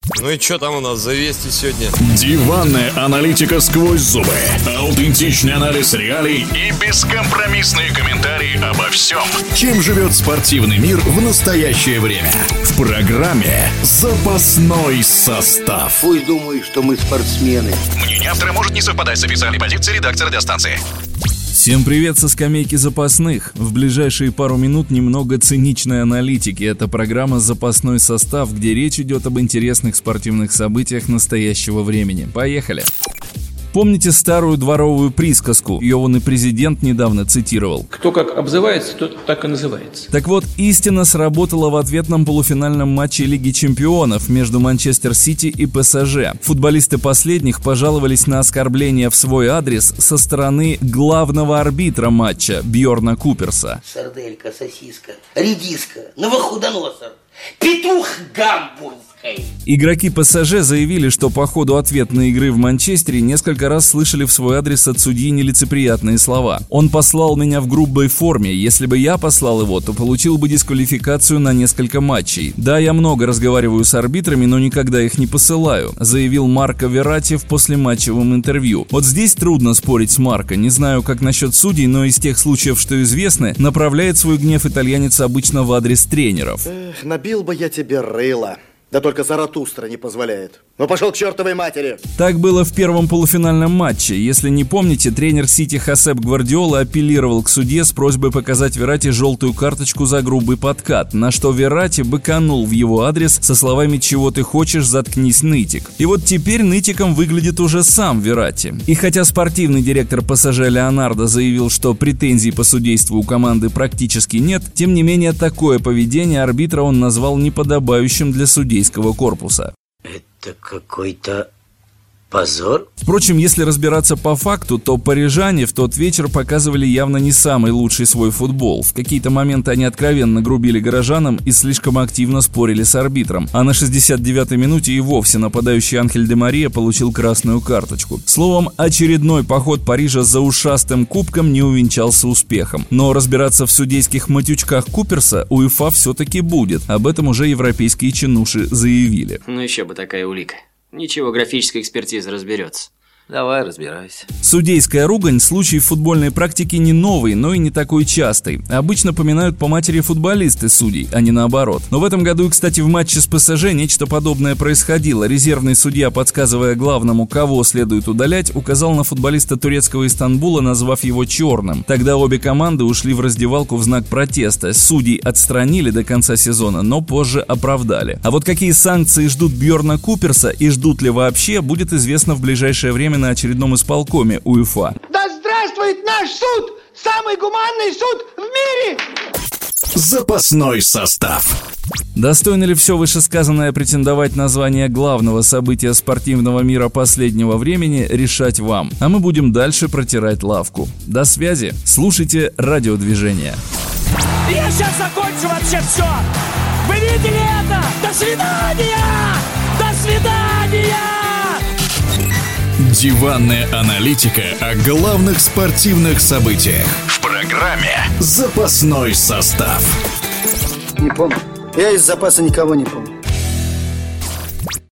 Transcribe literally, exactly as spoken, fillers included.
Ну и что там у нас за вести сегодня? Диванная аналитика сквозь зубы, аутентичный анализ реалий и бескомпромиссные комментарии обо всем, чем живет спортивный мир в настоящее время. В программе «Запасной состав». Пусть думают, что мы спортсмены. Мнение автора может не совпадать с официальной позицией редакции радиостанции. Всем привет со скамейки запасных. В ближайшие пару минут немного циничной аналитики. Это программа «Запасной состав», где речь идет об интересных спортивных событиях настоящего времени. Поехали! Помните старую дворовую присказку? Ее вон и президент недавно цитировал. Кто как обзывается, тот так и называется. Так вот, истина сработала в ответном полуфинальном матче Лиги Чемпионов между Манчестер Сити и ПСЖ. Футболисты последних пожаловались на оскорбления в свой адрес со стороны главного арбитра матча Бьорна Куперса. Сарделька, сосиска, редиска, новохудоносор, петух гамбургский. Игроки ПСЖ заявили, что по ходу ответной игры в Манчестере несколько раз слышали в свой адрес от судьи нелицеприятные слова. «Он послал меня в грубой форме. Если бы я послал его, то получил бы дисквалификацию на несколько матчей. Да, я много разговариваю с арбитрами, но никогда их не посылаю», заявил Марко Верратти в послематчевом интервью. Вот здесь трудно спорить с Марко. Не знаю, как насчет судей, но из тех случаев, что известны, направляет свой гнев итальянец обычно в адрес тренеров. Эх, набил бы я тебе рыло. Да только Заратустра не позволяет. Ну пошел к чертовой матери. Так было в первом полуфинальном матче. Если не помните, тренер Сити Хосеп Гвардиола апеллировал к судье с просьбой показать Верратти желтую карточку за грубый подкат, на что Верратти быканул в его адрес со словами «Чего ты хочешь, заткнись, нытик». И вот теперь нытиком выглядит уже сам Верратти. И хотя спортивный директор ПСЖ Леонардо заявил, что претензий по судейству у команды практически нет, тем не менее такое поведение арбитра он назвал неподобающим для судейского корпуса. Это какой-то позор. Впрочем, если разбираться по факту, то парижане в тот вечер показывали явно не самый лучший свой футбол. В какие-то моменты они откровенно грубили горожанам и слишком активно спорили с арбитром. А на шестьдесят девятой минуте и вовсе нападающий Анхель Ди Мария получил красную карточку. Словом, очередной поход Парижа за ушастым кубком не увенчался успехом. Но разбираться в судейских матючках Куперса УЕФА все-таки будет. Об этом уже европейские чинуши заявили. Ну еще бы такая улика. Ничего, графическая экспертиза разберется. Давай, разбирайся. Судейская ругань – случай в футбольной практике не новый, но и не такой частый. Обычно поминают по матери футболисты судей, а не наоборот. Но в этом году, кстати, в матче с ПСЖ нечто подобное происходило. Резервный судья, подсказывая главному, кого следует удалять, указал на футболиста турецкого Истанбула, назвав его черным. Тогда обе команды ушли в раздевалку в знак протеста. Судей отстранили до конца сезона, но позже оправдали. А вот какие санкции ждут Бьорна Куперса и ждут ли вообще, будет известно в ближайшее время на очередном исполкоме УЕФА. Да здравствует наш суд! Самый гуманный суд в мире! Запасной состав. Достойно ли все вышесказанное претендовать на звание главного события спортивного мира последнего времени, решать вам. А мы будем дальше протирать лавку. До связи. Слушайте радиодвижение. Я сейчас закончу вообще все! Вы видели это? До свидания! До свидания! Диванная аналитика о главных спортивных событиях в программе «Запасной состав». Не помню. Я из запаса никого не помню.